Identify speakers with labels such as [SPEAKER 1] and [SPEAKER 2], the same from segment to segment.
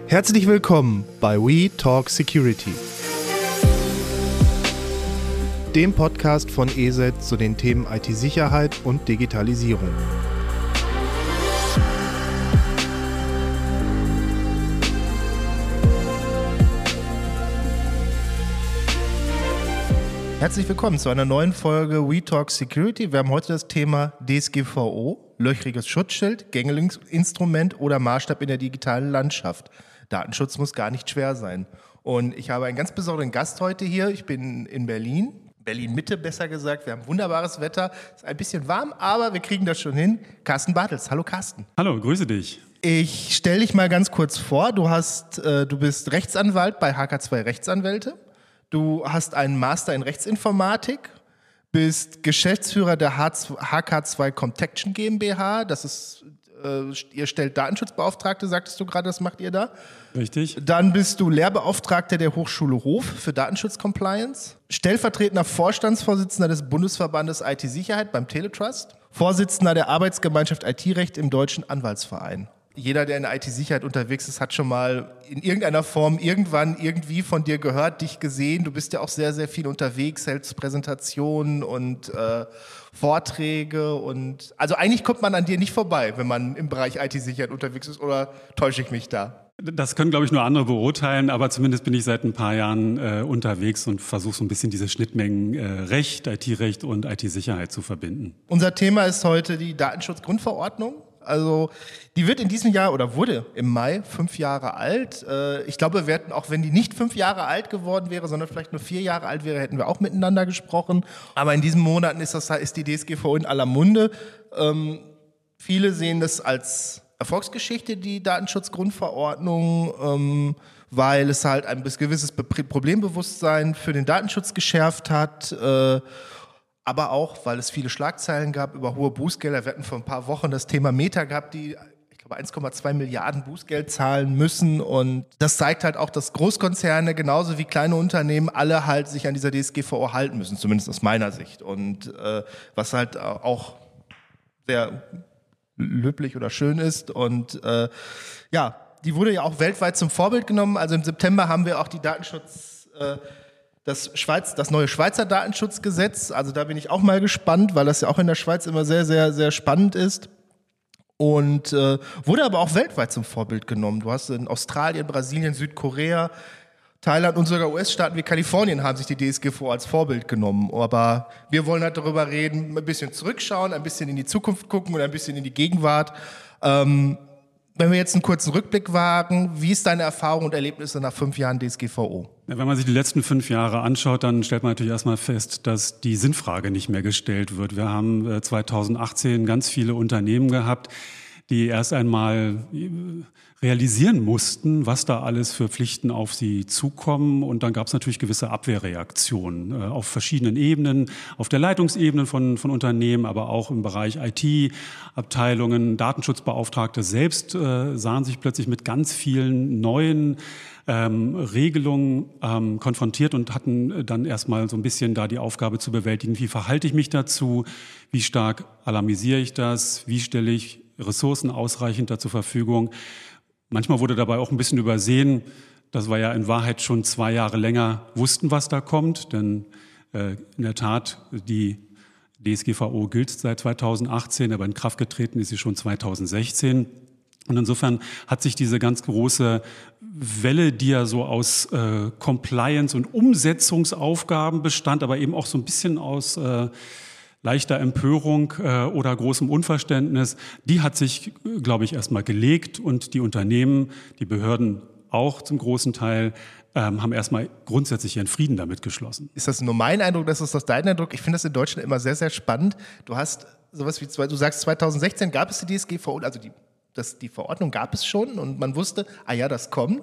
[SPEAKER 1] Herzlich willkommen bei We Talk Security, dem Podcast von ESET zu den Themen IT-Sicherheit und Digitalisierung. Herzlich willkommen zu einer neuen Folge We Talk Security. Wir haben heute das Thema DSGVO, löchriges Schutzschild, Gängelinstrument oder Maßstab in der digitalen Landschaft. Datenschutz muss gar nicht schwer sein. Und ich habe einen ganz besonderen Gast heute hier. Ich bin in Berlin Mitte besser gesagt. Wir haben wunderbares Wetter, es ist ein bisschen warm, aber wir kriegen das schon hin. Carsten Bartels. Hallo Carsten.
[SPEAKER 2] Hallo, grüße dich.
[SPEAKER 1] Ich stelle dich mal ganz kurz vor. Du bist Rechtsanwalt bei HK2 Rechtsanwälte. Du hast einen Master in Rechtsinformatik, bist Geschäftsführer der HK2 Comtection GmbH. Das ist, ihr stellt Datenschutzbeauftragte, sagtest du gerade, das macht ihr da?
[SPEAKER 2] Richtig.
[SPEAKER 1] Dann bist du Lehrbeauftragter der Hochschule Hof für Datenschutzcompliance, stellvertretender Vorstandsvorsitzender des Bundesverbandes IT-Sicherheit beim Teletrust, Vorsitzender der Arbeitsgemeinschaft IT-Recht im Deutschen Anwaltsverein. Jeder, der in der IT-Sicherheit unterwegs ist, hat schon mal in irgendeiner Form irgendwann irgendwie von dir gehört, dich gesehen. Du bist ja auch sehr, sehr viel unterwegs, hältst Präsentationen und Vorträge. Und also eigentlich kommt man an dir nicht vorbei, wenn man im Bereich IT-Sicherheit unterwegs ist. Oder täusche ich mich da?
[SPEAKER 2] Das können, glaube ich, nur andere beurteilen, aber zumindest bin ich seit ein paar Jahren unterwegs und versuche so ein bisschen diese Schnittmengen Recht, IT-Recht und IT-Sicherheit zu verbinden.
[SPEAKER 1] Unser Thema ist heute die Datenschutzgrundverordnung. Also die wird in diesem Jahr oder wurde im Mai 5 Jahre alt. Ich glaube, wir hätten, auch wenn die nicht 5 Jahre alt geworden wäre, sondern vielleicht nur 4 Jahre alt wäre, hätten wir auch miteinander gesprochen. Aber in diesen Monaten ist die DSGVO in aller Munde. Viele sehen das als Erfolgsgeschichte, die Datenschutzgrundverordnung, weil es halt ein gewisses Problembewusstsein für den Datenschutz geschärft hat. Aber auch, weil es viele Schlagzeilen gab über hohe Bußgelder. Wir hatten vor ein paar Wochen das Thema Meta gehabt, die, ich glaube, 1,2 Milliarden Bußgeld zahlen müssen. Und das zeigt halt auch, dass Großkonzerne genauso wie kleine Unternehmen alle halt sich an dieser DSGVO halten müssen, zumindest aus meiner Sicht. Und was halt auch sehr löblich oder schön ist. Und die wurde ja auch weltweit zum Vorbild genommen. Also im September haben wir auch die das neue Schweizer Datenschutzgesetz, also da bin ich auch mal gespannt, weil das ja auch in der Schweiz immer sehr, sehr, sehr spannend ist und wurde aber auch weltweit zum Vorbild genommen. Du hast in Australien, Brasilien, Südkorea, Thailand und sogar US-Staaten wie Kalifornien haben sich die DSGVO als Vorbild genommen. Aber wir wollen halt darüber reden, ein bisschen zurückschauen, ein bisschen in die Zukunft gucken und ein bisschen in die Gegenwart. Wenn wir jetzt einen kurzen Rückblick wagen, wie ist deine Erfahrung und Erlebnisse nach 5 Jahren DSGVO?
[SPEAKER 2] Ja, wenn man sich die letzten 5 Jahre anschaut, dann stellt man natürlich erstmal fest, dass die Sinnfrage nicht mehr gestellt wird. Wir haben 2018 ganz viele Unternehmen gehabt, die erst einmal realisieren mussten, was da alles für Pflichten auf sie zukommen. Und dann gab es natürlich gewisse Abwehrreaktionen auf verschiedenen Ebenen, auf der Leitungsebene von Unternehmen, aber auch im Bereich IT-Abteilungen. Datenschutzbeauftragte selbst sahen sich plötzlich mit ganz vielen neuen Regelungen konfrontiert und hatten dann erstmal so ein bisschen da die Aufgabe zu bewältigen, wie verhalte ich mich dazu, wie stark alarmisiere ich das, wie stelle ich Ressourcen ausreichend da zur Verfügung. Manchmal wurde dabei auch ein bisschen übersehen, dass wir ja in Wahrheit schon 2 Jahre länger wussten, was da kommt. Denn in der Tat, die DSGVO gilt seit 2018, aber in Kraft getreten ist sie schon 2016. Und insofern hat sich diese ganz große Welle, die ja so aus Compliance- und Umsetzungsaufgaben bestand, aber eben auch so ein bisschen aus leichter Empörung oder großem Unverständnis, die hat sich, glaube ich, erstmal gelegt und die Unternehmen, die Behörden auch zum großen Teil, haben erstmal grundsätzlich ihren Frieden damit geschlossen.
[SPEAKER 1] Ist das nur mein Eindruck, ist das dein Eindruck? Ich finde das in Deutschland immer sehr, sehr spannend. Du hast sowas wie, du sagst 2016 gab es die DSGVO, also die Verordnung gab es schon und man wusste, das kommt.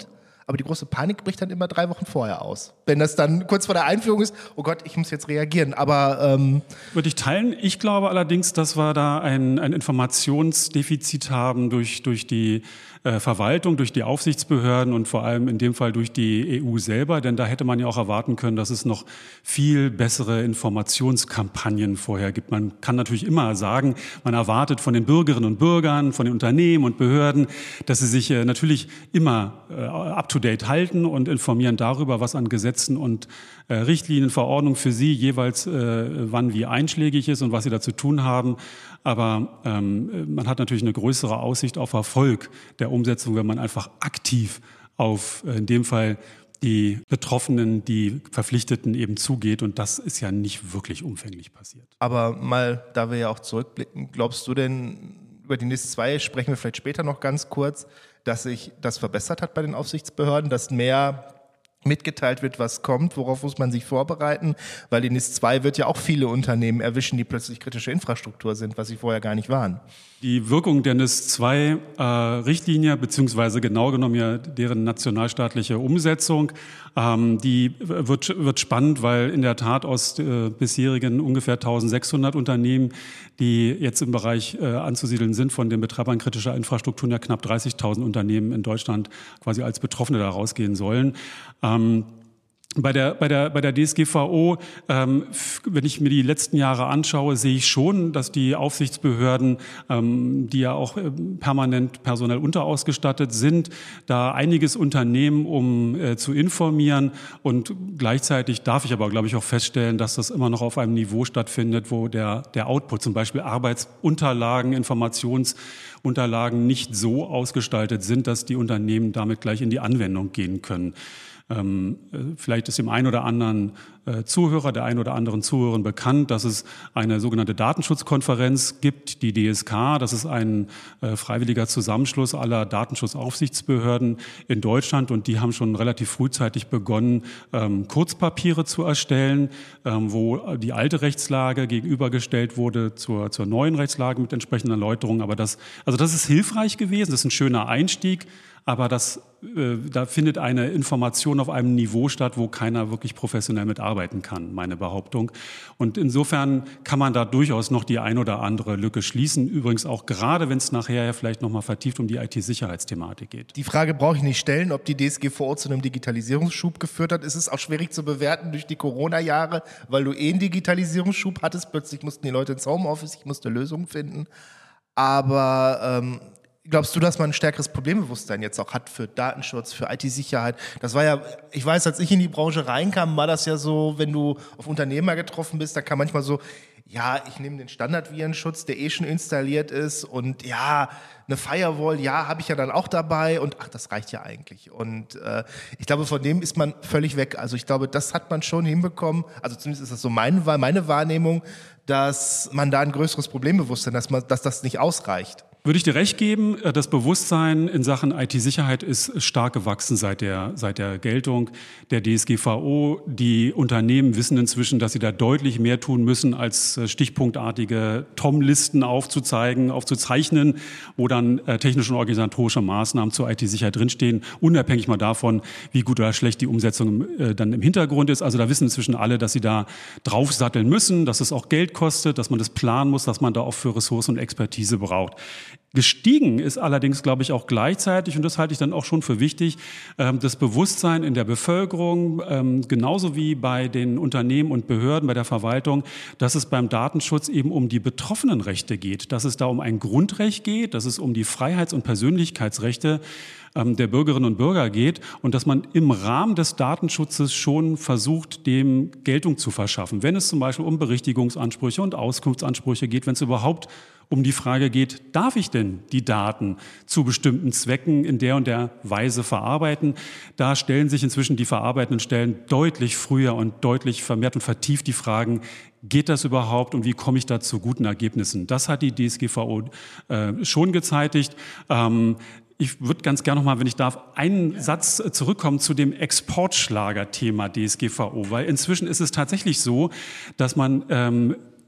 [SPEAKER 1] Aber die große Panik bricht dann immer 3 Wochen vorher aus. Wenn das dann kurz vor der Einführung ist, oh Gott, ich muss jetzt reagieren. Aber
[SPEAKER 2] würde ich teilen. Ich glaube allerdings, dass wir da ein Informationsdefizit haben durch die Verwaltung, durch die Aufsichtsbehörden und vor allem in dem Fall durch die EU selber. Denn da hätte man ja auch erwarten können, dass es noch viel bessere Informationskampagnen vorher gibt. Man kann natürlich immer sagen, man erwartet von den Bürgerinnen und Bürgern, von den Unternehmen und Behörden, dass sie sich natürlich immer up-to-date halten und informieren darüber, was an Gesetzen und Richtlinien, Verordnungen für sie jeweils wann wie einschlägig ist und was sie da zu tun haben. Aber man hat natürlich eine größere Aussicht auf Erfolg der Umsetzung, wenn man einfach aktiv auf, in dem Fall, die Betroffenen, die Verpflichteten eben zugeht. Und das ist ja nicht wirklich umfänglich passiert.
[SPEAKER 1] Aber mal, da wir ja auch zurückblicken, glaubst du denn, über die NIS 2 sprechen wir vielleicht später noch ganz kurz, dass sich das verbessert hat bei den Aufsichtsbehörden, dass mehr mitgeteilt wird, was kommt, worauf muss man sich vorbereiten, weil die NIS 2 wird ja auch viele Unternehmen erwischen, die plötzlich kritische Infrastruktur sind, was sie vorher gar nicht waren.
[SPEAKER 2] Die Wirkung der NIS 2 Richtlinie, beziehungsweise genau genommen ja deren nationalstaatliche Umsetzung, die wird spannend, weil in der Tat aus bisherigen ungefähr 1600 Unternehmen, die jetzt im Bereich anzusiedeln sind, von den Betreibern kritischer Infrastrukturen ja knapp 30.000 Unternehmen in Deutschland quasi als Betroffene da rausgehen sollen. Bei der DSGVO, wenn ich mir die letzten Jahre anschaue, sehe ich schon, dass die Aufsichtsbehörden, die ja auch permanent personell unterausgestattet sind, da einiges unternehmen, um zu informieren. Und gleichzeitig darf ich aber, glaube ich, auch feststellen, dass das immer noch auf einem Niveau stattfindet, wo der Output, zum Beispiel Arbeitsunterlagen, Informationsunterlagen, nicht so ausgestaltet sind, dass die Unternehmen damit gleich in die Anwendung gehen können. Vielleicht ist dem einen oder anderen Zuhörer, der einen oder anderen Zuhörerin bekannt, dass es eine sogenannte Datenschutzkonferenz gibt, die DSK. Das ist ein freiwilliger Zusammenschluss aller Datenschutzaufsichtsbehörden in Deutschland und die haben schon relativ frühzeitig begonnen, Kurzpapiere zu erstellen, wo die alte Rechtslage gegenübergestellt wurde zur neuen Rechtslage mit entsprechenden Erläuterungen. Aber das ist hilfreich gewesen, das ist ein schöner Einstieg. Aber da findet eine Information auf einem Niveau statt, wo keiner wirklich professionell mitarbeiten kann, meine Behauptung. Und insofern kann man da durchaus noch die ein oder andere Lücke schließen. Übrigens auch gerade, wenn es nachher vielleicht nochmal vertieft um die IT-Sicherheitsthematik geht.
[SPEAKER 1] Die Frage brauche ich nicht stellen, ob die DSGVO zu einem Digitalisierungsschub geführt hat. Es ist auch schwierig zu bewerten durch die Corona-Jahre, weil du einen Digitalisierungsschub hattest. Plötzlich mussten die Leute ins Homeoffice, ich musste Lösungen finden. Aber glaubst du, dass man ein stärkeres Problembewusstsein jetzt auch hat für Datenschutz, für IT-Sicherheit? Das war ja, ich weiß, als ich in die Branche reinkam, war das ja so, wenn du auf Unternehmer getroffen bist, da kam manchmal so, ja, ich nehme den Standard-Virenschutz, der schon installiert ist und ja, eine Firewall, ja, habe ich ja dann auch dabei und ach, das reicht ja eigentlich. Und ich glaube, von dem ist man völlig weg. Also ich glaube, das hat man schon hinbekommen, also zumindest ist das so meine Wahrnehmung, dass man da ein größeres Problembewusstsein, dass das nicht ausreicht.
[SPEAKER 2] Würde ich dir recht geben, das Bewusstsein in Sachen IT-Sicherheit ist stark gewachsen seit der Geltung der DSGVO. Die Unternehmen wissen inzwischen, dass sie da deutlich mehr tun müssen, als stichpunktartige TOM-Listen aufzuzeichnen, wo dann technische und organisatorische Maßnahmen zur IT-Sicherheit drinstehen, unabhängig mal davon, wie gut oder schlecht die Umsetzung dann im Hintergrund ist. Also da wissen inzwischen alle, dass sie da draufsatteln müssen, dass es auch Geld kostet, dass man das planen muss, dass man da auch für Ressourcen und Expertise braucht. Gestiegen ist allerdings, glaube ich, auch gleichzeitig, und das halte ich dann auch schon für wichtig, das Bewusstsein in der Bevölkerung, genauso wie bei den Unternehmen und Behörden, bei der Verwaltung, dass es beim Datenschutz eben um die Betroffenenrechte geht, dass es da um ein Grundrecht geht, dass es um die Freiheits- und Persönlichkeitsrechte der Bürgerinnen und Bürger geht und dass man im Rahmen des Datenschutzes schon versucht, dem Geltung zu verschaffen. Wenn es zum Beispiel um Berichtigungsansprüche und Auskunftsansprüche geht, wenn es überhaupt um die Frage geht, darf ich denn die Daten zu bestimmten Zwecken in der und der Weise verarbeiten? Da stellen sich inzwischen die verarbeitenden Stellen deutlich früher und deutlich vermehrt und vertieft die Fragen, geht das überhaupt und wie komme ich da zu guten Ergebnissen? Das hat die DSGVO schon gezeitigt. Ich würde ganz gerne noch mal, wenn ich darf, einen Satz zurückkommen zu dem Exportschlager-Thema DSGVO, weil inzwischen ist es tatsächlich so, dass man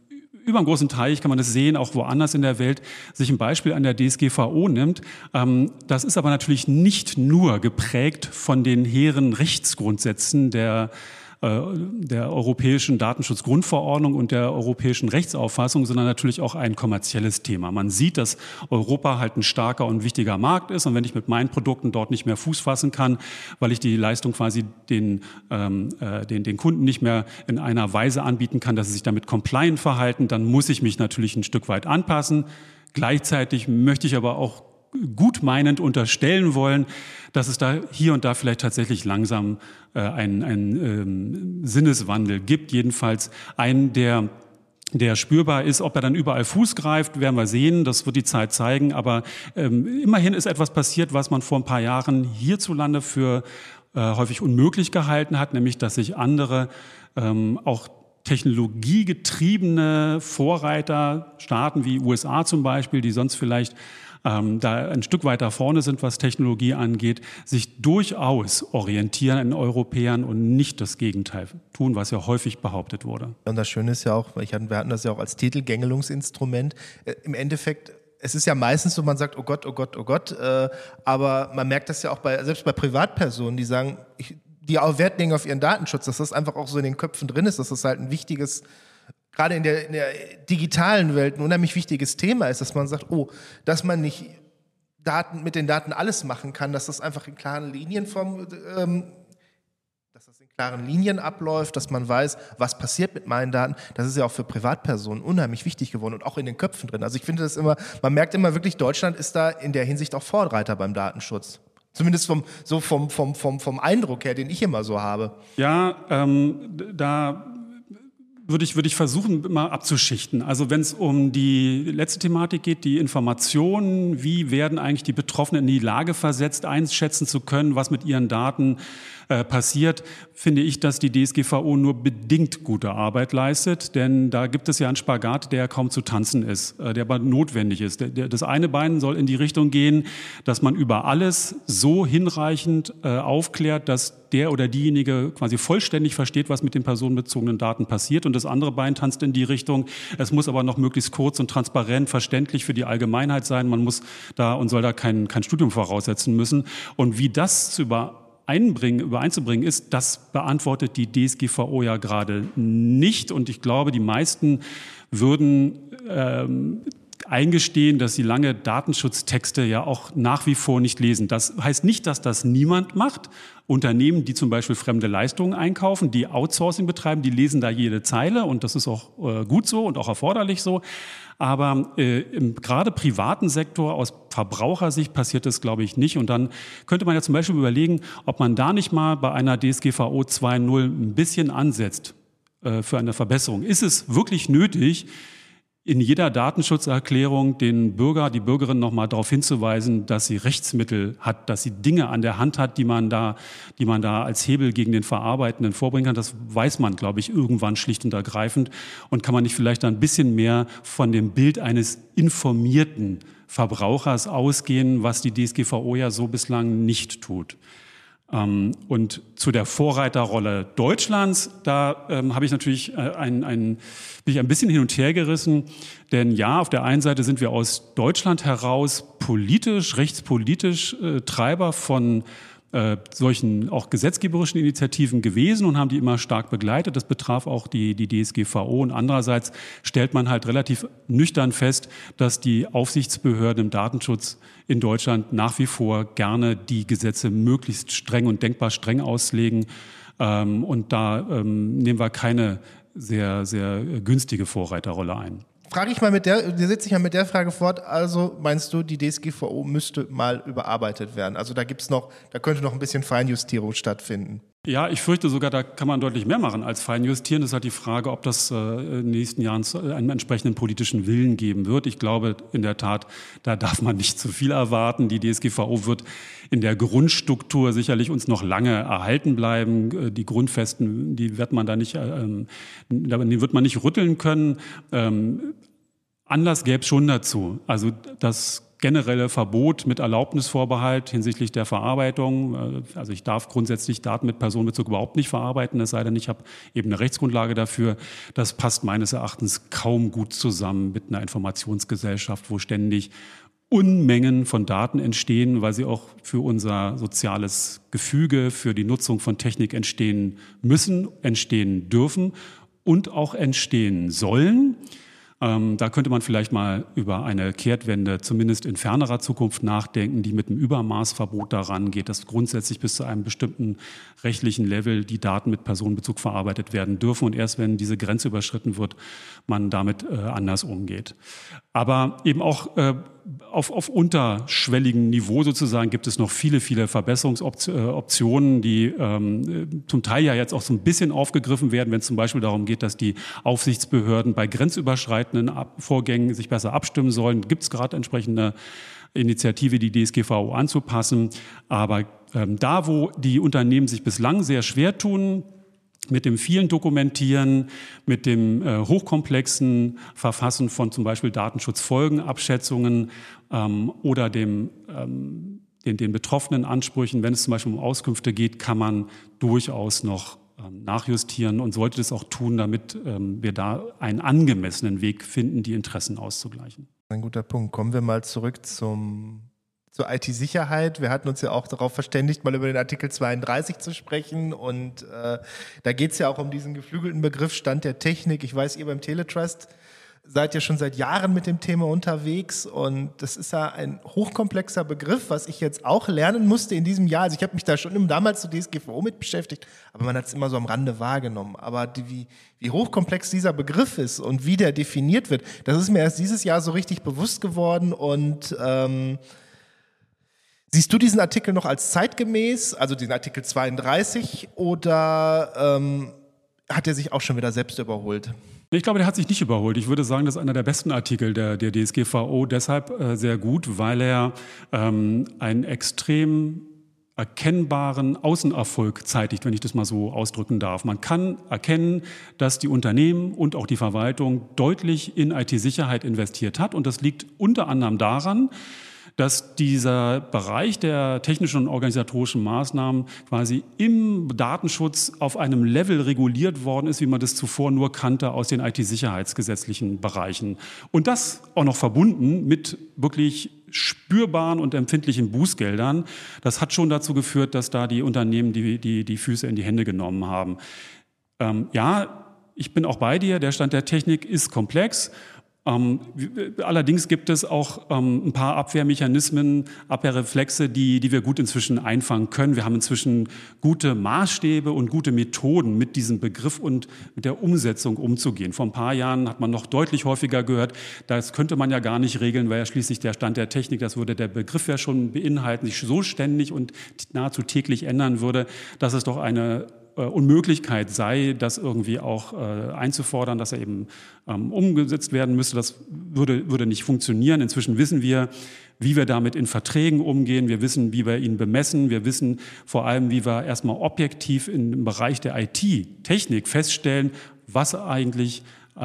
[SPEAKER 2] über einen großen Teich, kann man das sehen, auch woanders in der Welt, sich ein Beispiel an der DSGVO nimmt. Das ist aber natürlich nicht nur geprägt von den hehren Rechtsgrundsätzen der Europäischen Datenschutzgrundverordnung und der europäischen Rechtsauffassung, sondern natürlich auch ein kommerzielles Thema. Man sieht, dass Europa halt ein starker und wichtiger Markt ist und wenn ich mit meinen Produkten dort nicht mehr Fuß fassen kann, weil ich die Leistung quasi den Kunden nicht mehr in einer Weise anbieten kann, dass sie sich damit compliant verhalten, dann muss ich mich natürlich ein Stück weit anpassen. Gleichzeitig möchte ich aber auch gutmeinend unterstellen wollen, dass es da hier und da vielleicht tatsächlich langsam einen Sinneswandel gibt. Jedenfalls einen, der spürbar ist. Ob er dann überall Fuß greift, werden wir sehen. Das wird die Zeit zeigen. Aber immerhin ist etwas passiert, was man vor ein paar Jahren hierzulande für häufig unmöglich gehalten hat, nämlich dass sich andere auch technologiegetriebene Vorreiter, Staaten wie USA zum Beispiel, die sonst vielleicht da ein Stück weiter vorne sind, was Technologie angeht, sich durchaus orientieren an Europäern und nicht das Gegenteil tun, was ja häufig behauptet wurde.
[SPEAKER 1] Und das Schöne ist ja auch, wir hatten das ja auch als Titelgängelungsinstrument. Im Endeffekt, es ist ja meistens so, man sagt, oh Gott, oh Gott, oh Gott, aber man merkt das ja auch selbst bei Privatpersonen, die sagen, die auch Wert legen auf ihren Datenschutz, dass das einfach auch so in den Köpfen drin ist, dass das halt ein wichtiges, gerade in der digitalen Welt ein unheimlich wichtiges Thema ist, dass man sagt, dass man nicht mit den Daten alles machen kann, dass das einfach in klaren Linien abläuft, dass man weiß, was passiert mit meinen Daten. Das ist ja auch für Privatpersonen unheimlich wichtig geworden und auch in den Köpfen drin. Also ich finde man merkt immer wirklich, Deutschland ist da in der Hinsicht auch Vorreiter beim Datenschutz. Zumindest vom Eindruck her, den ich immer so habe.
[SPEAKER 2] Ja, da würde ich versuchen, mal abzuschichten. Also wenn es um die letzte Thematik geht, die Informationen, wie werden eigentlich die Betroffenen in die Lage versetzt, einschätzen zu können, was mit ihren Daten passiert, finde ich, dass die DSGVO nur bedingt gute Arbeit leistet, denn da gibt es ja einen Spagat, der kaum zu tanzen ist, der aber notwendig ist. Das eine Bein soll in die Richtung gehen, dass man über alles so hinreichend aufklärt, dass der oder diejenige quasi vollständig versteht, was mit den personenbezogenen Daten passiert. Und das andere Bein tanzt in die Richtung, es muss aber noch möglichst kurz und transparent, verständlich für die Allgemeinheit sein. Man muss da und soll da kein Studium voraussetzen müssen. Und wie das übereinzubringen ist, das beantwortet die DSGVO ja gerade nicht. Und ich glaube, die meisten würden eingestehen, dass sie lange Datenschutztexte ja auch nach wie vor nicht lesen. Das heißt nicht, dass das niemand macht. Unternehmen, die zum Beispiel fremde Leistungen einkaufen, die Outsourcing betreiben, die lesen da jede Zeile und das ist auch gut so und auch erforderlich so. Aber im gerade privaten Sektor aus Verbrauchersicht passiert das, glaube ich, nicht. Und dann könnte man ja zum Beispiel überlegen, ob man da nicht mal bei einer DSGVO 2.0 ein bisschen ansetzt für eine Verbesserung. Ist es wirklich nötig, in jeder Datenschutzerklärung den Bürger, die Bürgerin nochmal darauf hinzuweisen, dass sie Rechtsmittel hat, dass sie Dinge an der Hand hat, die man da als Hebel gegen den Verarbeitenden vorbringen kann? Das weiß man, glaube ich, irgendwann schlicht und ergreifend. Und kann man nicht vielleicht ein bisschen mehr von dem Bild eines informierten Verbrauchers ausgehen, was die DSGVO ja so bislang nicht tut? Und zu der Vorreiterrolle Deutschlands, da habe ich natürlich bin ich ein bisschen hin und her gerissen, denn ja, auf der einen Seite sind wir aus Deutschland heraus rechtspolitisch Treiber von solchen auch gesetzgeberischen Initiativen gewesen und haben die immer stark begleitet. Das betraf auch die DSGVO. Und andererseits stellt man halt relativ nüchtern fest, dass die Aufsichtsbehörden im Datenschutz in Deutschland nach wie vor gerne die Gesetze möglichst streng und denkbar streng auslegen. Und da nehmen wir keine sehr, sehr günstige Vorreiterrolle ein.
[SPEAKER 1] Setze ich mal mit der Frage fort, also meinst du, die DSGVO müsste mal überarbeitet werden? Also da könnte noch ein bisschen Feinjustierung stattfinden.
[SPEAKER 2] Ja, ich fürchte sogar, da kann man deutlich mehr machen als feinjustieren. Das ist halt die Frage, ob das in den nächsten Jahren einen entsprechenden politischen Willen geben wird. Ich glaube in der Tat, da darf man nicht zu viel erwarten. Die DSGVO wird in der Grundstruktur sicherlich uns noch lange erhalten bleiben. Die Grundfesten, die wird man nicht rütteln können. Anlass gäbe es schon dazu. Also das generelle Verbot mit Erlaubnisvorbehalt hinsichtlich der Verarbeitung. Also ich darf grundsätzlich Daten mit Personenbezug überhaupt nicht verarbeiten, es sei denn, ich habe eben eine Rechtsgrundlage dafür. Das passt meines Erachtens kaum gut zusammen mit einer Informationsgesellschaft, wo ständig Unmengen von Daten entstehen, weil sie auch für unser soziales Gefüge, für die Nutzung von Technik entstehen müssen, entstehen dürfen und auch entstehen sollen. Da könnte man vielleicht mal über eine Kehrtwende, zumindest in fernerer Zukunft, nachdenken, die mit einem Übermaßverbot daran geht, dass grundsätzlich bis zu einem bestimmten rechtlichen Level die Daten mit Personenbezug verarbeitet werden dürfen und erst wenn diese Grenze überschritten wird, man damit anders umgeht. Aber eben auch auf unterschwelligem Niveau sozusagen gibt es noch viele, viele Verbesserungsoptionen, die zum Teil ja jetzt auch so ein bisschen aufgegriffen werden, wenn es zum Beispiel darum geht, dass die Aufsichtsbehörden bei grenzüberschreitenden Vorgängen sich besser abstimmen sollen. Gibt es gerade entsprechende Initiative, die DSGVO anzupassen. Aber da, wo die Unternehmen sich bislang sehr schwer tun, mit dem vielen Dokumentieren, mit dem hochkomplexen Verfassen von zum Beispiel Datenschutzfolgenabschätzungen oder den betroffenen Ansprüchen, wenn es zum Beispiel um Auskünfte geht, kann man durchaus noch nachjustieren und sollte das auch tun, damit wir da einen angemessenen Weg finden, die Interessen auszugleichen.
[SPEAKER 1] Ein guter Punkt. Kommen wir mal zurück zur IT-Sicherheit. Wir hatten uns ja auch darauf verständigt, mal über den Artikel 32 zu sprechen und da geht es ja auch um diesen geflügelten Begriff Stand der Technik. Ich weiß, ihr beim Teletrust seid ja schon seit Jahren mit dem Thema unterwegs und das ist ja ein hochkomplexer Begriff, was ich jetzt auch lernen musste in diesem Jahr. Also ich habe mich da schon damals zu DSGVO mit beschäftigt, aber man hat es immer so am Rande wahrgenommen. Aber wie hochkomplex dieser Begriff ist und wie der definiert wird, das ist mir erst dieses Jahr so richtig bewusst geworden und siehst du diesen Artikel noch als zeitgemäß, also den Artikel 32, oder hat er sich auch schon wieder selbst überholt?
[SPEAKER 2] Ich glaube, der hat sich nicht überholt. Ich würde sagen, das ist einer der besten Artikel der DSGVO. Deshalb sehr gut, weil er einen extrem erkennbaren Außenerfolg zeitigt, wenn ich das mal so ausdrücken darf. Man kann erkennen, dass die Unternehmen und auch die Verwaltung deutlich in IT-Sicherheit investiert hat. Und das liegt unter anderem daran, dass dieser Bereich der technischen und organisatorischen Maßnahmen quasi im Datenschutz auf einem Level reguliert worden ist, wie man das zuvor nur kannte aus den IT-sicherheitsgesetzlichen Bereichen. Und das auch noch verbunden mit wirklich spürbaren und empfindlichen Bußgeldern. Das hat schon dazu geführt, dass da die Unternehmen die Füße in die Hände genommen haben. Ja, ich bin auch bei dir, der Stand der Technik ist komplex. Allerdings gibt es auch ein paar Abwehrmechanismen, Abwehrreflexe, die wir gut inzwischen einfangen können. Wir haben inzwischen gute Maßstäbe und gute Methoden, mit diesem Begriff und mit der Umsetzung umzugehen. Vor ein paar Jahren hat man noch deutlich häufiger gehört, das könnte man ja gar nicht regeln, weil ja schließlich der Stand der Technik, das würde der Begriff ja schon beinhalten, sich so ständig und nahezu täglich ändern würde, dass es doch eine Unmöglichkeit sei, das irgendwie auch einzufordern, dass er eben umgesetzt werden müsste. Das würde nicht funktionieren. Inzwischen wissen wir, wie wir damit in Verträgen umgehen. Wir wissen, wie wir ihn bemessen. Wir wissen vor allem, wie wir erstmal objektiv im Bereich der IT-Technik feststellen, was eigentlich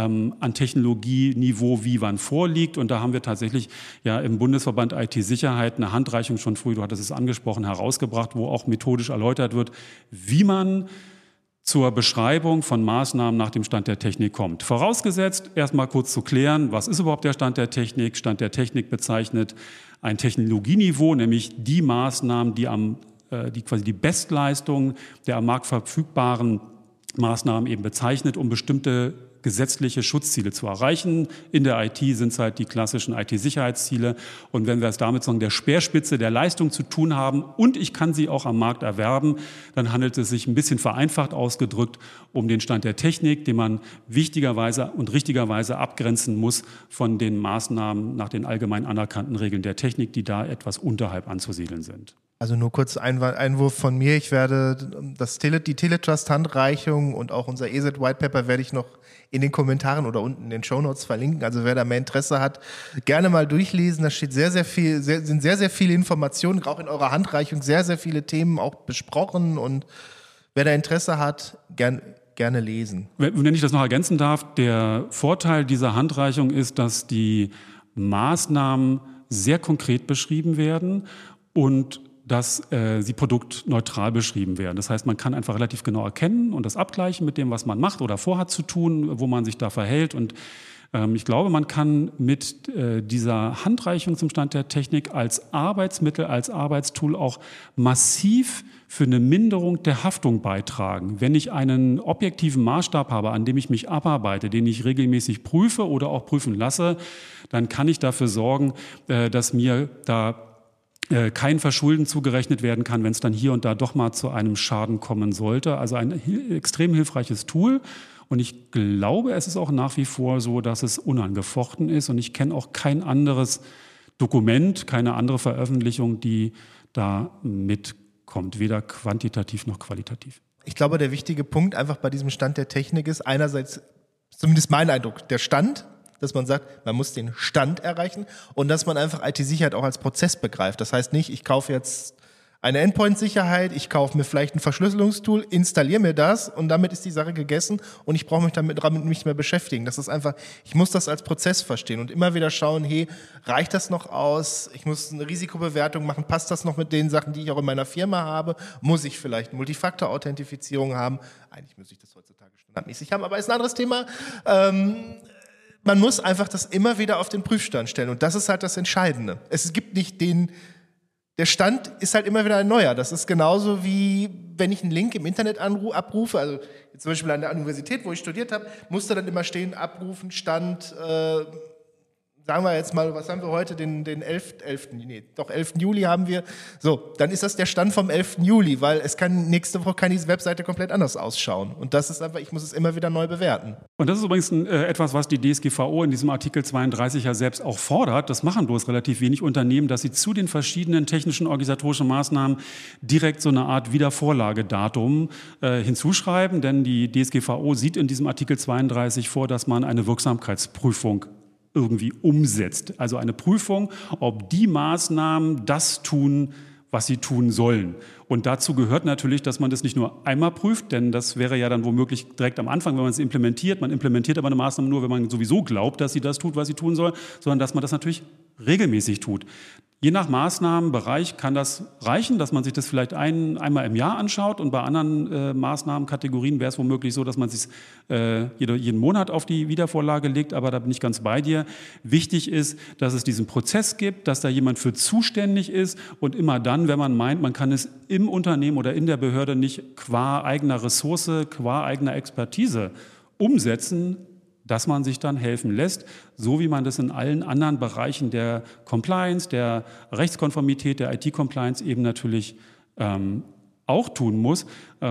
[SPEAKER 2] an Technologieniveau wie wann vorliegt. Und da haben wir tatsächlich ja im Bundesverband IT-Sicherheit eine Handreichung schon früh, du hattest es angesprochen, herausgebracht, wo auch methodisch erläutert wird, wie man zur Beschreibung von Maßnahmen nach dem Stand der Technik kommt. Vorausgesetzt, erstmal kurz zu klären, was ist überhaupt der Stand der Technik? Stand der Technik bezeichnet ein Technologieniveau, nämlich die Maßnahmen, die quasi die Bestleistung der am Markt verfügbaren Maßnahmen eben bezeichnet, um bestimmte gesetzliche Schutzziele zu erreichen. In der IT sind es halt die klassischen IT-Sicherheitsziele. Und wenn wir es damit sagen, der Speerspitze der Leistung zu tun haben und ich kann sie auch am Markt erwerben, dann handelt es sich ein bisschen vereinfacht ausgedrückt um den Stand der Technik, den man wichtigerweise und richtigerweise abgrenzen muss von den Maßnahmen nach den allgemein anerkannten Regeln der Technik, die da etwas unterhalb anzusiedeln sind.
[SPEAKER 1] Also nur kurz Einwurf von mir. Ich werde die Teletrust-Handreichung und auch unser ESET-Whitepaper werde ich noch in den Kommentaren oder unten in den Shownotes verlinken. Also wer da mehr Interesse hat, gerne mal durchlesen. Da steht sind sehr, sehr viele Informationen, auch in eurer Handreichung sehr, sehr viele Themen auch besprochen. Und wer da Interesse hat, gerne lesen.
[SPEAKER 2] Wenn ich das noch ergänzen darf, der Vorteil dieser Handreichung ist, dass die Maßnahmen sehr konkret beschrieben werden und dass sie produktneutral beschrieben werden. Das heißt, man kann einfach relativ genau erkennen und das abgleichen mit dem, was man macht oder vorhat zu tun, wo man sich da verhält. Und ich glaube, man kann mit dieser Handreichung zum Stand der Technik als Arbeitsmittel, als Arbeitstool auch massiv für eine Minderung der Haftung beitragen. Wenn ich einen objektiven Maßstab habe, an dem ich mich abarbeite, den ich regelmäßig prüfe oder auch prüfen lasse, dann kann ich dafür sorgen, dass mir da kein Verschulden zugerechnet werden kann, wenn es dann hier und da doch mal zu einem Schaden kommen sollte. Also ein extrem hilfreiches Tool. Und ich glaube, es ist auch nach wie vor so, dass es unangefochten ist. Und ich kenne auch kein anderes Dokument, keine andere Veröffentlichung, die da mitkommt, weder quantitativ noch qualitativ.
[SPEAKER 1] Ich glaube, der wichtige Punkt einfach bei diesem Stand der Technik ist einerseits, zumindest mein Eindruck, der Stand, dass man sagt, man muss den Stand erreichen und dass man einfach IT-Sicherheit auch als Prozess begreift. Das heißt nicht, ich kaufe jetzt eine Endpoint-Sicherheit, ich kaufe mir vielleicht ein Verschlüsselungstool, installiere mir das und damit ist die Sache gegessen und ich brauche mich damit nicht mehr beschäftigen. Das ist einfach, ich muss das als Prozess verstehen und immer wieder schauen, hey, reicht das noch aus? Ich muss eine Risikobewertung machen, passt das noch mit den Sachen, die ich auch in meiner Firma habe? Muss ich vielleicht eine Multifaktor-Authentifizierung haben? Eigentlich muss ich das heutzutage standardmäßig haben, aber ist ein anderes Thema. Man muss einfach das immer wieder auf den Prüfstand stellen und das ist halt das Entscheidende. Es gibt nicht der Stand ist halt immer wieder ein neuer. Das ist genauso wie, wenn ich einen Link im Internet abrufe, also jetzt zum Beispiel an der Universität, wo ich studiert habe, musste dann immer stehen, abrufen, Stand, sagen wir jetzt mal, was haben wir heute, den 11. Juli haben wir. So, dann ist das der Stand vom 11. Juli, weil nächste Woche kann diese Webseite komplett anders ausschauen. Und das ist einfach, ich muss es immer wieder neu bewerten.
[SPEAKER 2] Und das ist übrigens etwas, was die DSGVO in diesem Artikel 32 ja selbst auch fordert. Das machen bloß relativ wenig Unternehmen, dass sie zu den verschiedenen technischen organisatorischen Maßnahmen direkt so eine Art Wiedervorlagedatum hinzuschreiben. Denn die DSGVO sieht in diesem Artikel 32 vor, dass man eine Wirksamkeitsprüfung irgendwie umsetzt. Also eine Prüfung, ob die Maßnahmen das tun, was sie tun sollen. Und dazu gehört natürlich, dass man das nicht nur einmal prüft, denn das wäre ja dann womöglich direkt am Anfang, wenn man es implementiert. Man implementiert aber eine Maßnahme nur, wenn man sowieso glaubt, dass sie das tut, was sie tun soll, sondern dass man das natürlich regelmäßig tut. Je nach Maßnahmenbereich kann das reichen, dass man sich das vielleicht einmal im Jahr anschaut und bei anderen Maßnahmenkategorien wäre es womöglich so, dass man sich jeden Monat auf die Wiedervorlage legt, aber da bin ich ganz bei dir. Wichtig ist, dass es diesen Prozess gibt, dass da jemand für zuständig ist und immer dann, wenn man meint, man kann es im Unternehmen oder in der Behörde nicht qua eigener Ressource, qua eigener Expertise umsetzen, dass man sich dann helfen lässt, so wie man das in allen anderen Bereichen der Compliance, der Rechtskonformität, der IT-Compliance eben natürlich auch tun muss.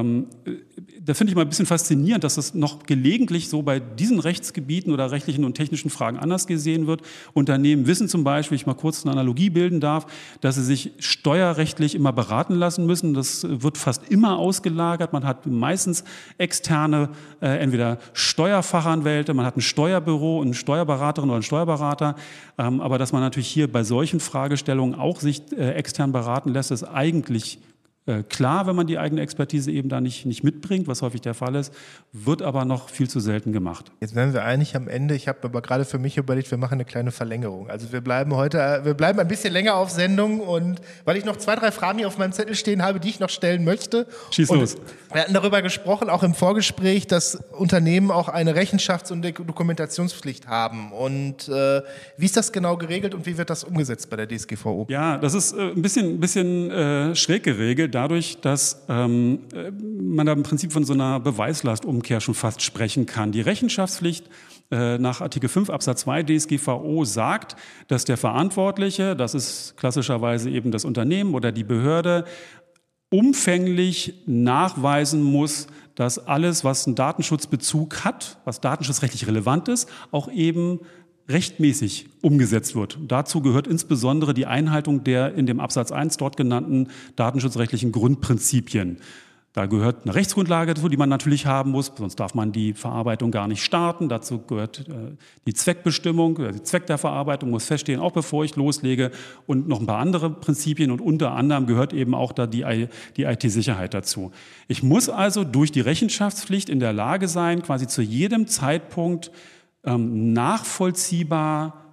[SPEAKER 2] Da finde ich mal ein bisschen faszinierend, dass das noch gelegentlich so bei diesen Rechtsgebieten oder rechtlichen und technischen Fragen anders gesehen wird. Unternehmen wissen zum Beispiel, ich mal kurz eine Analogie bilden darf, dass sie sich steuerrechtlich immer beraten lassen müssen. Das wird fast immer ausgelagert. Man hat meistens externe, entweder Steuerfachanwälte, man hat ein Steuerbüro, eine Steuerberaterin oder einen Steuerberater. Aber dass man natürlich hier bei solchen Fragestellungen auch sich extern beraten lässt, ist eigentlich klar, wenn man die eigene Expertise eben da nicht mitbringt, was häufig der Fall ist, wird aber noch viel zu selten gemacht.
[SPEAKER 1] Jetzt wären wir eigentlich am Ende. Ich habe aber gerade für mich überlegt, wir machen eine kleine Verlängerung. Also wir bleiben ein bisschen länger auf Sendung und weil ich noch 2, 3 Fragen hier auf meinem Zettel stehen habe, die ich noch stellen möchte.
[SPEAKER 2] Schieß los.
[SPEAKER 1] Wir hatten darüber gesprochen, auch im Vorgespräch, dass Unternehmen auch eine Rechenschafts- und Dokumentationspflicht haben. Und wie ist das genau geregelt und wie wird das umgesetzt bei der DSGVO?
[SPEAKER 2] Ja, das ist ein bisschen schräg geregelt, dadurch, dass man da im Prinzip von so einer Beweislastumkehr schon fast sprechen kann. Die Rechenschaftspflicht nach Artikel 5 Absatz 2 DSGVO sagt, dass der Verantwortliche, das ist klassischerweise eben das Unternehmen oder die Behörde, umfänglich nachweisen muss, dass alles, was einen Datenschutzbezug hat, was datenschutzrechtlich relevant ist, auch eben rechtmäßig umgesetzt wird. Dazu gehört insbesondere die Einhaltung der in dem Absatz 1 dort genannten datenschutzrechtlichen Grundprinzipien. Da gehört eine Rechtsgrundlage dazu, die man natürlich haben muss, sonst darf man die Verarbeitung gar nicht starten. Dazu gehört die Zweckbestimmung, der Zweck der Verarbeitung muss feststehen, auch bevor ich loslege und noch ein paar andere Prinzipien und unter anderem gehört eben auch da die IT-Sicherheit dazu. Ich muss also durch die Rechenschaftspflicht in der Lage sein, quasi zu jedem Zeitpunkt nachvollziehbar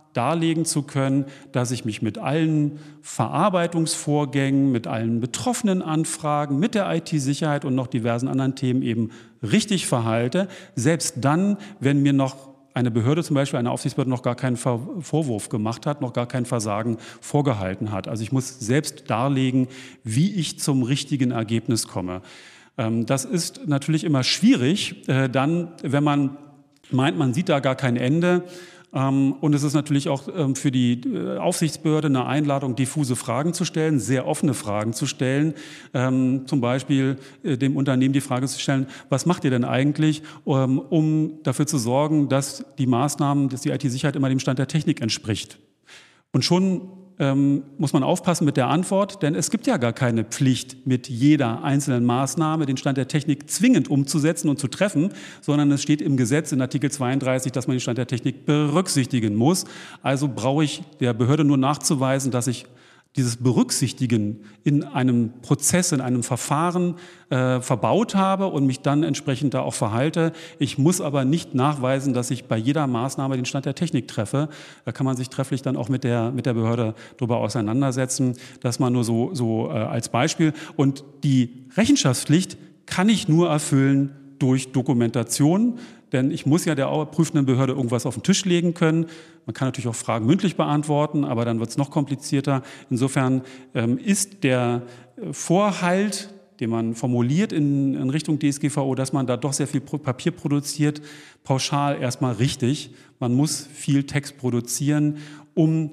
[SPEAKER 2] darlegen zu können, dass ich mich mit allen Verarbeitungsvorgängen, mit allen betroffenen Anfragen, mit der IT-Sicherheit und noch diversen anderen Themen eben richtig verhalte. Selbst dann, wenn mir noch eine Behörde, zum Beispiel eine Aufsichtsbehörde, noch gar keinen Vorwurf gemacht hat, noch gar kein Versagen vorgehalten hat. Also ich muss selbst darlegen, wie ich zum richtigen Ergebnis komme. Das ist natürlich immer schwierig, dann, wenn man meint, man sieht da gar kein Ende. Und es ist natürlich auch für die Aufsichtsbehörde eine Einladung, diffuse Fragen zu stellen, sehr offene Fragen zu stellen. Zum Beispiel dem Unternehmen die Frage zu stellen, was macht ihr denn eigentlich, um dafür zu sorgen, dass die Maßnahmen, dass die IT-Sicherheit immer dem Stand der Technik entspricht? Und schon muss man aufpassen mit der Antwort, denn es gibt ja gar keine Pflicht, mit jeder einzelnen Maßnahme den Stand der Technik zwingend umzusetzen und zu treffen, sondern es steht im Gesetz in Artikel 32, dass man den Stand der Technik berücksichtigen muss. Also brauche ich der Behörde nur nachzuweisen, dass ich dieses Berücksichtigen in einem Prozess, in einem Verfahren verbaut habe und mich dann entsprechend da auch verhalte. Ich muss aber nicht nachweisen, dass ich bei jeder Maßnahme den Stand der Technik treffe. Da kann man sich trefflich dann auch mit der Behörde darüber auseinandersetzen. Das mal nur so als Beispiel. Und die Rechenschaftspflicht kann ich nur erfüllen durch Dokumentation. Denn ich muss ja der prüfenden Behörde irgendwas auf den Tisch legen können. Man kann natürlich auch Fragen mündlich beantworten, aber dann wird es noch komplizierter. Insofern ist der Vorhalt, den man formuliert in Richtung DSGVO, dass man da doch sehr viel Papier produziert, pauschal erstmal richtig. Man muss viel Text produzieren, um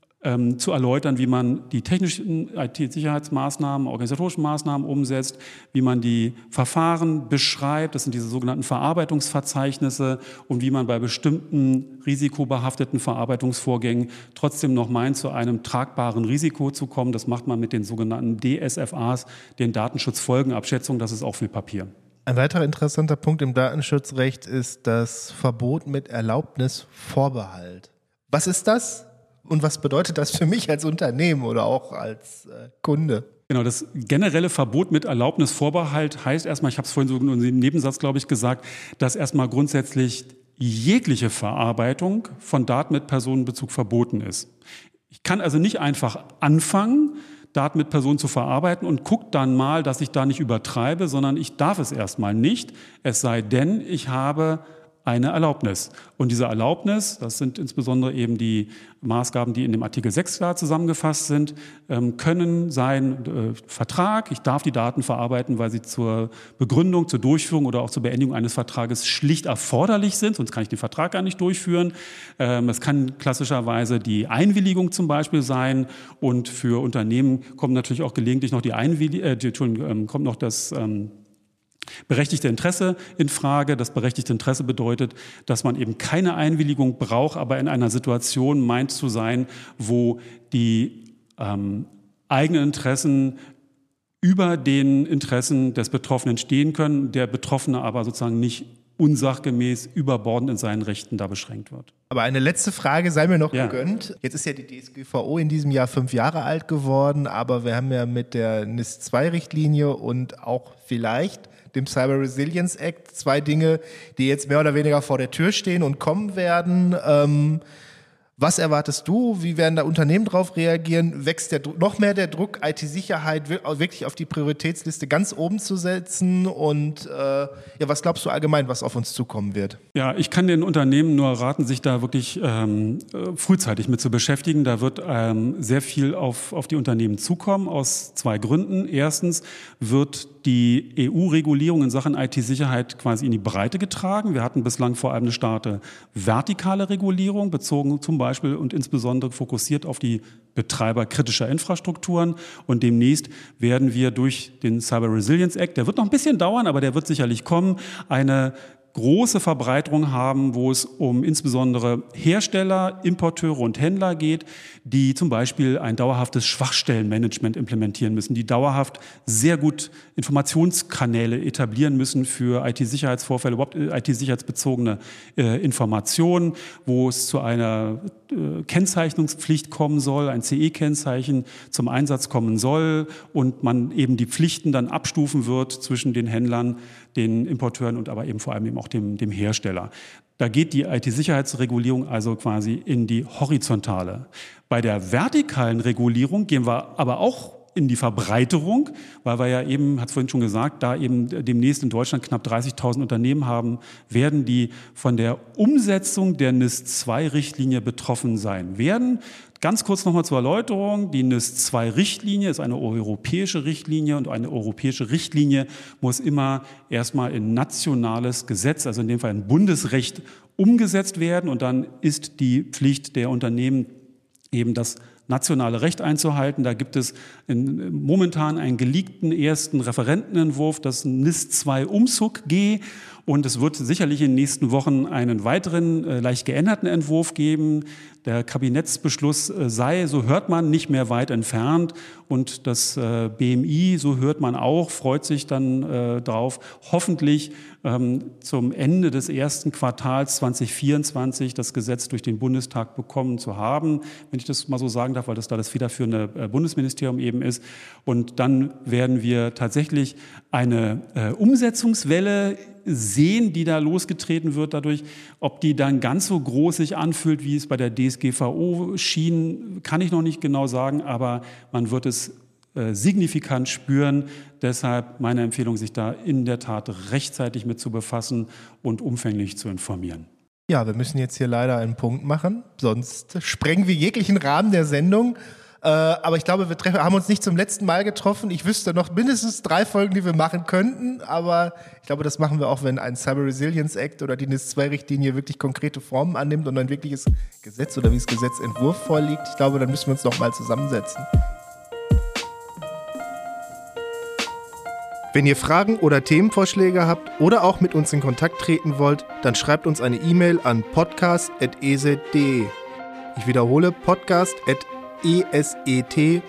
[SPEAKER 2] zu erläutern, wie man die technischen IT-Sicherheitsmaßnahmen, organisatorischen Maßnahmen umsetzt, wie man die Verfahren beschreibt, das sind diese sogenannten Verarbeitungsverzeichnisse, und wie man bei bestimmten risikobehafteten Verarbeitungsvorgängen trotzdem noch meint, zu einem tragbaren Risiko zu kommen. Das macht man mit den sogenannten DSFAs, den Datenschutzfolgenabschätzungen, das ist auch viel Papier.
[SPEAKER 1] Ein weiterer interessanter Punkt im Datenschutzrecht ist das Verbot mit Erlaubnisvorbehalt. Was ist das? Und was bedeutet das für mich als Unternehmen oder auch als Kunde?
[SPEAKER 2] Genau, das generelle Verbot mit Erlaubnisvorbehalt heißt erstmal, ich habe es vorhin so im Nebensatz, glaube ich, gesagt, dass erstmal grundsätzlich jegliche Verarbeitung von Daten mit Personenbezug verboten ist. Ich kann also nicht einfach anfangen, Daten mit Personen zu verarbeiten und gucke dann mal, dass ich da nicht übertreibe, sondern ich darf es erstmal nicht, es sei denn, ich habe eine Erlaubnis. Und diese Erlaubnis, das sind insbesondere eben die Maßgaben, die in dem Artikel 6 klar zusammengefasst sind, können sein Vertrag, ich darf die Daten verarbeiten, weil sie zur Begründung, zur Durchführung oder auch zur Beendigung eines Vertrages schlicht erforderlich sind, sonst kann ich den Vertrag gar nicht durchführen. Es kann klassischerweise die Einwilligung zum Beispiel sein, und für Unternehmen kommt natürlich auch gelegentlich noch kommt noch das berechtigte Interesse in Frage. Das berechtigte Interesse bedeutet, dass man eben keine Einwilligung braucht, aber in einer Situation meint zu sein, wo die eigenen Interessen über den Interessen des Betroffenen stehen können, der Betroffene aber sozusagen nicht unsachgemäß überbordend in seinen Rechten da beschränkt wird.
[SPEAKER 1] Aber eine letzte Frage sei mir noch gegönnt. Jetzt ist ja die DSGVO in diesem Jahr 5 Jahre alt geworden, aber wir haben ja mit der NIS-2-Richtlinie und auch vielleicht dem Cyber Resilience Act 2 Dinge, die jetzt mehr oder weniger vor der Tür stehen und kommen werden. Was erwartest du? Wie werden da Unternehmen darauf reagieren? Wächst noch mehr der Druck, IT-Sicherheit wirklich auf die Prioritätsliste ganz oben zu setzen? Und was glaubst du allgemein, was auf uns zukommen wird?
[SPEAKER 2] Ja, ich kann den Unternehmen nur raten, sich da wirklich frühzeitig mit zu beschäftigen. Da wird sehr viel auf die Unternehmen zukommen, aus 2 Gründen. Erstens wird die EU-Regulierung in Sachen IT-Sicherheit quasi in die Breite getragen. Wir hatten bislang vor allem eine starke vertikale Regulierung, bezogen zum Beispiel und insbesondere fokussiert auf die Betreiber kritischer Infrastrukturen. Und demnächst werden wir durch den Cyber Resilience Act, der wird noch ein bisschen dauern, aber der wird sicherlich kommen, eine große Verbreiterung haben, wo es um insbesondere Hersteller, Importeure und Händler geht, die zum Beispiel ein dauerhaftes Schwachstellenmanagement implementieren müssen, die dauerhaft sehr gut Informationskanäle etablieren müssen für IT-Sicherheitsvorfälle, überhaupt IT-sicherheitsbezogene Informationen, wo es zu einer Kennzeichnungspflicht kommen soll, ein CE-Kennzeichen zum Einsatz kommen soll und man eben die Pflichten dann abstufen wird zwischen den Händlern, den Importeuren und aber eben vor allem eben auch dem Hersteller. Da geht die IT-Sicherheitsregulierung also quasi in die horizontale. Bei der vertikalen Regulierung gehen wir aber auch in die Verbreiterung, weil wir ja eben, hat es vorhin schon gesagt, da eben demnächst in Deutschland knapp 30.000 Unternehmen haben, werden die von der Umsetzung der NIS-2-Richtlinie betroffen sein werden. Ganz kurz nochmal zur Erläuterung. Die NIS-2-Richtlinie ist eine europäische Richtlinie und eine europäische Richtlinie muss immer erstmal in nationales Gesetz, also in dem Fall in Bundesrecht, umgesetzt werden. Und dann ist die Pflicht der Unternehmen eben das nationale Recht einzuhalten. Da gibt es momentan einen geleakten ersten Referentenentwurf, das NIS-2-Umzug-G. Und es wird sicherlich in den nächsten Wochen einen weiteren, leicht geänderten Entwurf geben. Der Kabinettsbeschluss sei, so hört man, nicht mehr weit entfernt. Und das BMI, so hört man auch, freut sich dann drauf, hoffentlich zum Ende des ersten Quartals 2024 das Gesetz durch den Bundestag bekommen zu haben, wenn ich das mal so sagen darf, weil das da das federführende Bundesministerium eben ist. Und dann werden wir tatsächlich eine Umsetzungswelle sehen, die da losgetreten wird dadurch. Ob die dann ganz so groß sich anfühlt, wie es bei der DSGVO schien, kann ich noch nicht genau sagen, aber man wird es signifikant spüren. Deshalb meine Empfehlung, sich da in der Tat rechtzeitig mit zu befassen und umfänglich zu informieren.
[SPEAKER 1] Ja, wir müssen jetzt hier leider einen Punkt machen, sonst sprengen wir jeglichen Rahmen der Sendung. Aber ich glaube, wir haben uns nicht zum letzten Mal getroffen. Ich wüsste noch mindestens 3 Folgen, die wir machen könnten. Aber ich glaube, das machen wir auch, wenn ein Cyber Resilience Act oder die NIS-2-Richtlinie wirklich konkrete Formen annimmt und ein wirkliches Gesetz oder wie es Gesetzentwurf vorliegt. Ich glaube, dann müssen wir uns noch mal zusammensetzen. Wenn ihr Fragen oder Themenvorschläge habt oder auch mit uns in Kontakt treten wollt, dann schreibt uns eine E-Mail an podcast@eset.de. Ich wiederhole, podcast@eset.de.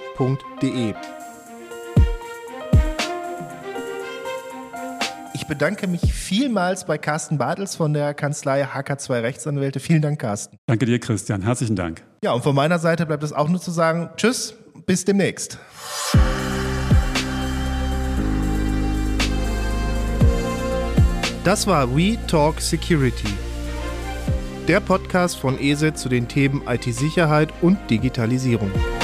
[SPEAKER 1] Ich bedanke mich vielmals bei Carsten Bartels von der Kanzlei HK2 Rechtsanwälte. Vielen Dank, Carsten.
[SPEAKER 2] Danke dir, Christian. Herzlichen Dank.
[SPEAKER 1] Ja, und von meiner Seite bleibt es auch nur zu sagen, tschüss, bis demnächst. Das war We Talk Security, der Podcast von ESET zu den Themen IT-Sicherheit und Digitalisierung.